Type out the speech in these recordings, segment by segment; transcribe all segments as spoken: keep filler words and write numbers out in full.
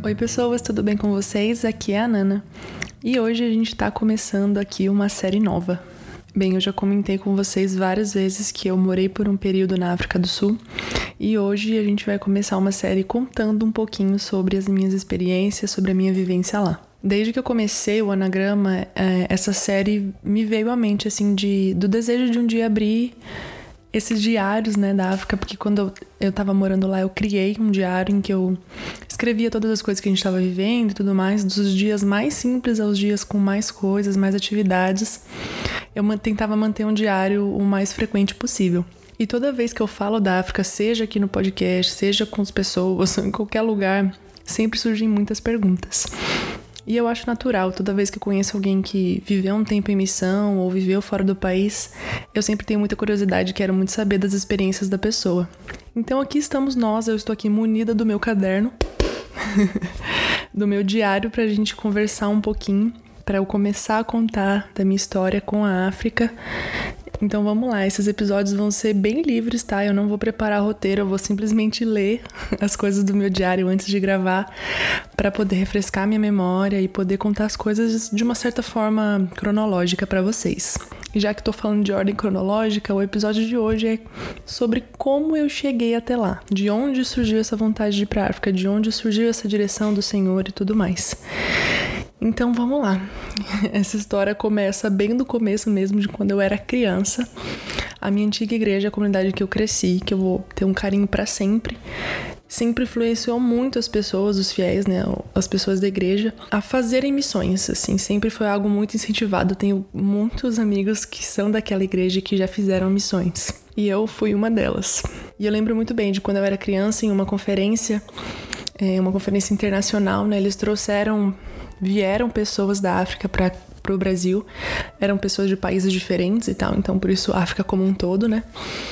Oi pessoas, tudo bem com vocês? Aqui é a Nana e hoje a gente tá começando aqui uma série nova. Bem, eu já comentei com vocês várias vezes que eu morei por um período na África do Sul e hoje a gente vai começar uma série contando um pouquinho sobre as minhas experiências, sobre a minha vivência lá. Desde que eu comecei o Anagrama, essa série me veio à mente, assim, de, do desejo de um dia abrir esses diários, né, da África, porque quando eu, eu tava morando lá, eu criei um diário em que eu escrevia todas as coisas que a gente tava vivendo e tudo mais, dos dias mais simples aos dias com mais coisas, mais atividades. Eu tentava manter um diário o mais frequente possível. E toda vez que eu falo da África, seja aqui no podcast, seja com as pessoas, em qualquer lugar, sempre surgem muitas perguntas. E eu acho natural, toda vez que eu conheço alguém que viveu um tempo em missão ou viveu fora do país, eu sempre tenho muita curiosidade e quero muito saber das experiências da pessoa. Então aqui estamos nós, eu estou aqui munida do meu caderno, do meu diário, pra gente conversar um pouquinho, para eu começar a contar da minha história com a África. Então vamos lá, esses episódios vão ser bem livres, tá? Eu não vou preparar roteiro, eu vou simplesmente ler as coisas do meu diário antes de gravar para poder refrescar minha memória e poder contar as coisas de uma certa forma cronológica para vocês. E já que tô falando de ordem cronológica, o episódio de hoje é sobre como eu cheguei até lá, de onde surgiu essa vontade de ir pra África, de onde surgiu essa direção do Senhor e tudo mais. Então vamos lá, essa história começa bem do começo mesmo, de quando eu era criança. A minha antiga igreja, a comunidade que eu cresci, que eu vou ter um carinho para sempre, sempre influenciou muito as pessoas, os fiéis, né, as pessoas da igreja, a fazerem missões, assim, sempre foi algo muito incentivado. Eu tenho muitos amigos que são daquela igreja que já fizeram missões, e eu fui uma delas. E eu lembro muito bem de quando eu era criança, em uma conferência, é, uma conferência internacional, né, eles trouxeram... Vieram pessoas da África para o Brasil, eram pessoas de países diferentes e tal, então por isso a África como um todo, né?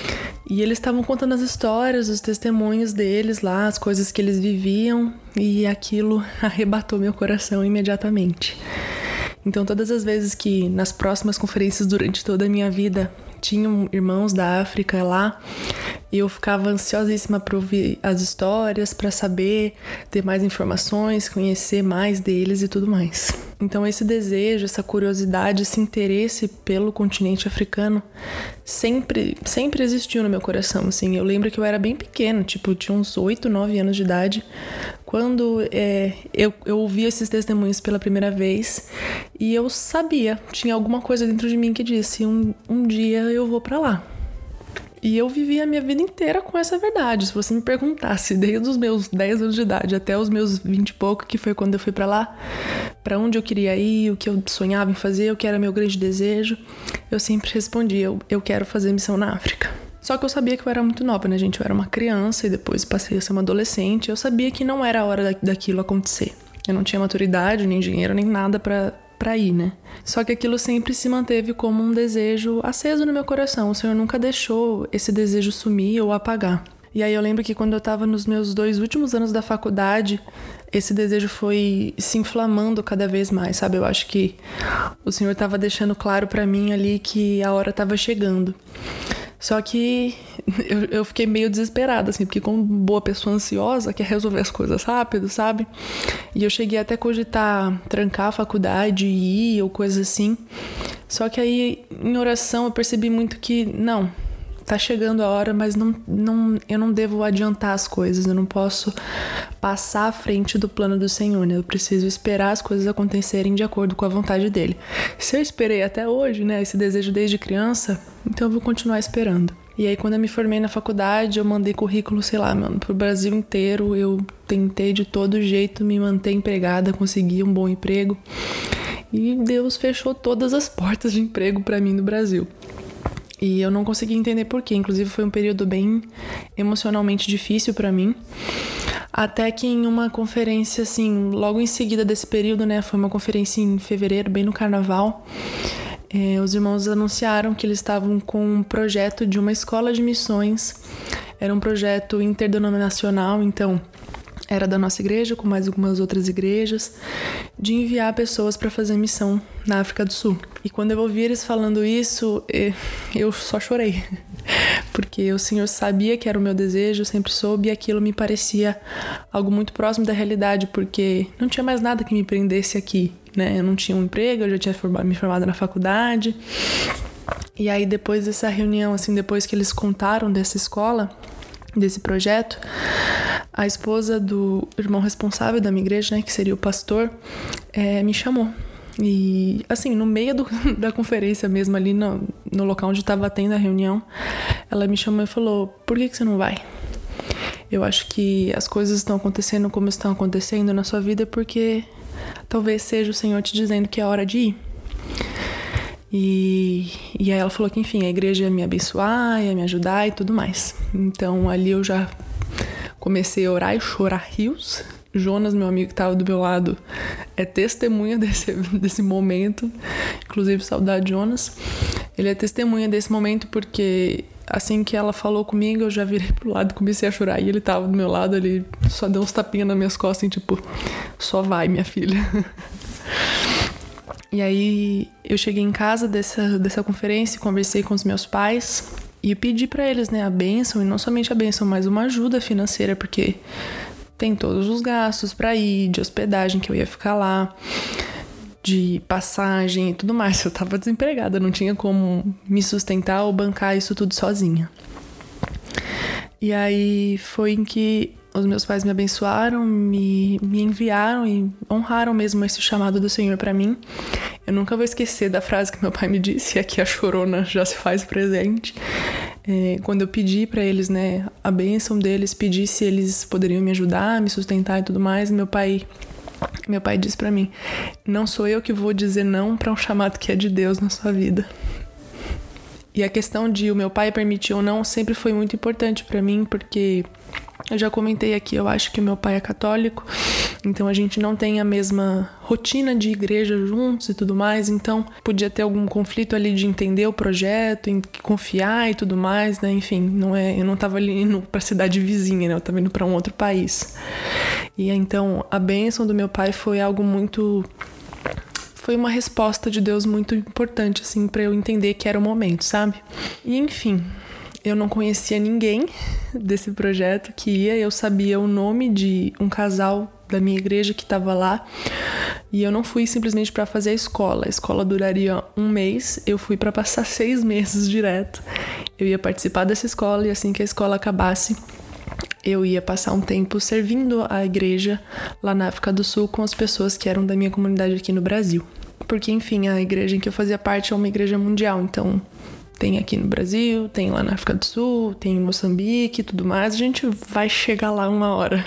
E eles estavam contando as histórias, os testemunhos deles lá, as coisas que eles viviam, e aquilo arrebatou meu coração imediatamente. Então todas as vezes que nas próximas conferências durante toda a minha vida tinham irmãos da África lá, eu ficava ansiosíssima para ouvir as histórias, para saber, ter mais informações, conhecer mais deles e tudo mais. Então esse desejo, essa curiosidade, esse interesse pelo continente africano sempre, sempre existiu no meu coração, assim. Eu lembro que eu era bem pequena, tipo, tinha uns oito, nove anos de idade, quando é, eu, eu ouvi esses testemunhos pela primeira vez e eu sabia, tinha alguma coisa dentro de mim que disse, um, um dia eu vou pra lá. E eu vivi a minha vida inteira com essa verdade. Se você me perguntasse desde os meus dez anos de idade até os meus vinte e pouco, que foi quando eu fui pra lá, pra onde eu queria ir, o que eu sonhava em fazer, o que era meu grande desejo, eu sempre respondia, eu, eu quero fazer missão na África. Só que eu sabia que eu era muito nova, né, gente? Eu era uma criança e depois passei a ser uma adolescente. Eu sabia que não era a hora da, daquilo acontecer. Eu não tinha maturidade, nem dinheiro, nem nada pra... pra ir, né? Só que aquilo sempre se manteve como um desejo aceso no meu coração. O Senhor nunca deixou esse desejo sumir ou apagar. E aí eu lembro que quando eu tava nos meus dois últimos anos da faculdade, esse desejo foi se inflamando cada vez mais, sabe? Eu acho que o Senhor tava deixando claro pra mim ali que a hora tava chegando. Só que eu, eu fiquei meio desesperada, assim, porque como boa pessoa ansiosa, quer resolver as coisas rápido, sabe? E eu cheguei até a cogitar trancar a faculdade e ir ou coisa assim. Só que aí, em oração, eu percebi muito que, não, tá chegando a hora, mas não, não, eu não devo adiantar as coisas, eu não posso passar à frente do plano do Senhor, né? Eu preciso esperar as coisas acontecerem de acordo com a vontade dele. Se eu esperei até hoje, né, esse desejo desde criança, então eu vou continuar esperando. E aí, quando eu me formei na faculdade, eu mandei currículo, sei lá, mano, pro Brasil inteiro. Eu tentei de todo jeito me manter empregada, conseguir um bom emprego. E Deus fechou todas as portas de emprego pra mim no Brasil. E eu não consegui entender por quê. Inclusive, foi um período bem emocionalmente difícil pra mim. Até que em uma conferência, assim, logo em seguida desse período, né, foi uma conferência em fevereiro, bem no carnaval, é, os irmãos anunciaram que eles estavam com um projeto de uma escola de missões. Era um projeto interdenominacional, então era da nossa igreja, com mais algumas outras igrejas, de enviar pessoas para fazer missão na África do Sul. E quando eu ouvi eles falando isso, eu só chorei. porque o Senhor sabia que era o meu desejo, eu sempre soube, e aquilo me parecia algo muito próximo da realidade, porque não tinha mais nada que me prendesse aqui, né? Eu não tinha um emprego, eu já tinha me formado na faculdade. E aí depois dessa reunião, assim, depois que eles contaram dessa escola, desse projeto, a esposa do irmão responsável da minha igreja, né, que seria o pastor, é, me chamou. E, assim, no meio do, da conferência mesmo, ali no, no local onde estava tendo a reunião, ela me chamou e falou: por que que você não vai? Eu acho que as coisas estão acontecendo como estão acontecendo na sua vida porque talvez seja o Senhor te dizendo que é hora de ir. E, e aí ela falou que, enfim, a igreja ia me abençoar, ia me ajudar e tudo mais. Então ali eu já comecei a orar e chorar rios. Jonas, meu amigo que estava do meu lado, é testemunha desse, desse momento. Inclusive, saudade, Jonas. Ele é testemunha desse momento porque assim que ela falou comigo, eu já virei pro lado e comecei a chorar. E ele tava do meu lado, ele só deu uns tapinhas nas minhas costas, assim, tipo, só vai, minha filha. E aí eu cheguei em casa dessa, dessa conferência, conversei com os meus pais e pedi pra eles, né, a bênção, e não somente a bênção, mas uma ajuda financeira, porque tem todos os gastos pra ir, de hospedagem que eu ia ficar lá, de passagem e tudo mais. Eu tava desempregada, não tinha como me sustentar ou bancar isso tudo sozinha. E aí foi em que os meus pais me abençoaram, me, me enviaram e honraram mesmo esse chamado do Senhor pra mim. Eu nunca vou esquecer da frase que meu pai me disse, e aqui a chorona já se faz presente. É, quando eu pedi pra eles, né, a bênção deles, pedi se eles poderiam me ajudar, me sustentar e tudo mais, meu pai, meu pai disse pra mim: não sou eu que vou dizer não pra um chamado que é de Deus na sua vida. E a questão de o meu pai permitir ou não sempre foi muito importante pra mim, porque eu já comentei aqui, eu acho que o meu pai é católico, então a gente não tem a mesma rotina de igreja juntos e tudo mais, então podia ter algum conflito ali de entender o projeto, em confiar e tudo mais, né? Enfim, não é, eu não tava ali indo pra cidade vizinha, né? Eu tava indo pra um outro país. E então a bênção do meu pai foi algo muito... Foi uma resposta de Deus muito importante, assim, pra eu entender que era o momento, sabe? E enfim, eu não conhecia ninguém desse projeto que ia, eu sabia o nome de um casal da minha igreja que estava lá, e eu não fui simplesmente para fazer a escola. A escola duraria um mês, eu fui para passar seis meses direto. Eu ia participar dessa escola e assim que a escola acabasse, eu ia passar um tempo servindo a igreja lá na África do Sul com as pessoas que eram da minha comunidade aqui no Brasil. Porque, enfim, a igreja em que eu fazia parte é uma igreja mundial, então tem aqui no Brasil, tem lá na África do Sul, tem em Moçambique e tudo mais. A gente vai chegar lá uma hora.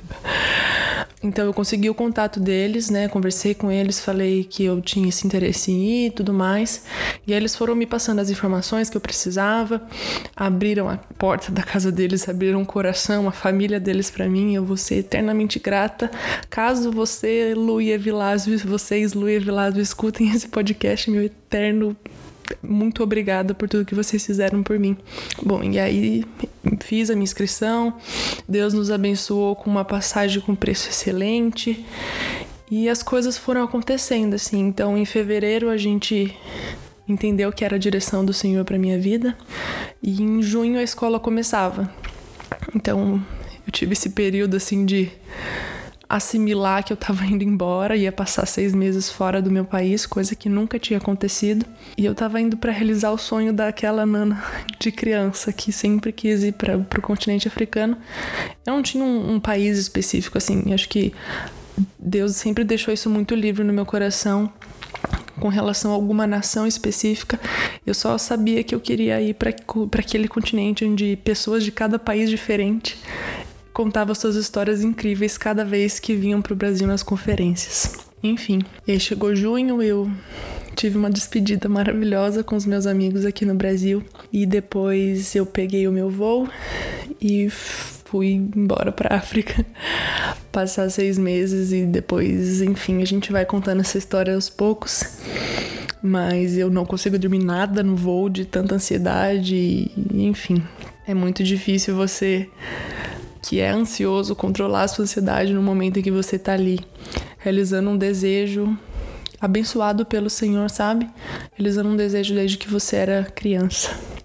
Então eu consegui o contato deles, né? Conversei com eles, falei que eu tinha esse interesse em ir e tudo mais. E aí eles foram me passando as informações que eu precisava, abriram a porta da casa deles, abriram o coração, a família deles pra mim. Eu vou ser eternamente grata. Caso você, Luia Vilásio, vocês, Luia Vilásio, escutem esse podcast, meu eterno... muito obrigada por tudo que vocês fizeram por mim. Bom, e aí fiz a minha inscrição, Deus nos abençoou com uma passagem com preço excelente e as coisas foram acontecendo, assim. Então, em fevereiro a gente entendeu que era a direção do Senhor para minha vida e em junho a escola começava. Então, eu tive esse período, assim, de assimilar que eu tava indo embora, ia passar seis meses fora do meu país, coisa que nunca tinha acontecido. E eu tava indo pra realizar o sonho daquela Nana de criança que sempre quis ir pra, pro continente africano. Eu não tinha um, um país específico, assim. Acho que Deus sempre deixou isso muito livre no meu coração com relação a alguma nação específica. Eu só sabia que eu queria ir pra, pra aquele continente onde pessoas de cada país diferente contava suas histórias incríveis cada vez que vinham pro Brasil nas conferências. Enfim, e aí chegou junho, eu tive uma despedida maravilhosa com os meus amigos aqui no Brasil e depois eu peguei o meu voo e fui embora pra África passar seis meses e depois, enfim, a gente vai contando essa história aos poucos. Mas eu não consigo dormir nada no voo de tanta ansiedade e, enfim, é muito difícil você que é ansioso controlar a sua ansiedade no momento em que você tá ali realizando um desejo abençoado pelo Senhor, sabe? Realizando um desejo desde que você era criança.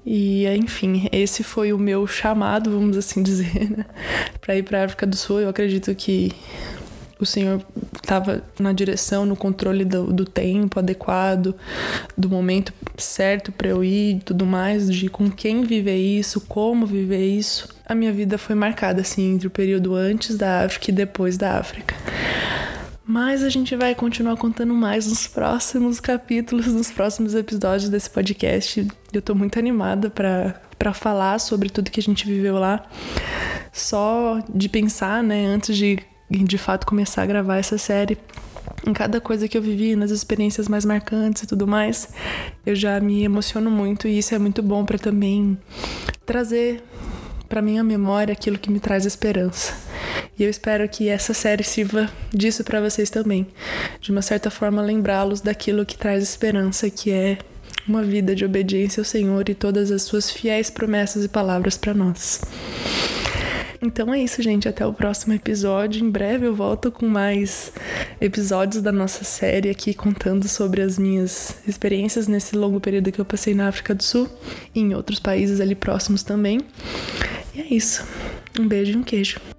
E, enfim, esse foi o meu chamado, vamos assim dizer, né? Para ir para a África do Sul. Eu acredito que o Senhor estava na direção, no controle do, do tempo adequado, do momento certo para eu ir e tudo mais, de com quem viver isso, como viver isso. A minha vida foi marcada, assim, entre o período antes da África e depois da África. Mas a gente vai continuar contando mais nos próximos capítulos, nos próximos episódios desse podcast. Eu tô muito animada para para falar sobre tudo que a gente viveu lá. Só de pensar, né, antes de de fato começar a gravar essa série, em cada coisa que eu vivi, nas experiências mais marcantes e tudo mais, eu já me emociono muito, e isso é muito bom para também trazer para minha memória aquilo que me traz esperança. E eu espero que essa série sirva disso para vocês também, de uma certa forma lembrá-los daquilo que traz esperança, que é uma vida de obediência ao Senhor e todas as suas fiéis promessas e palavras para nós. Então é isso, gente. Até o próximo episódio. Em breve eu volto com mais episódios da nossa série aqui, contando sobre as minhas experiências nesse longo período que eu passei na África do Sul e em outros países ali próximos também. E é isso. Um beijo e um queijo.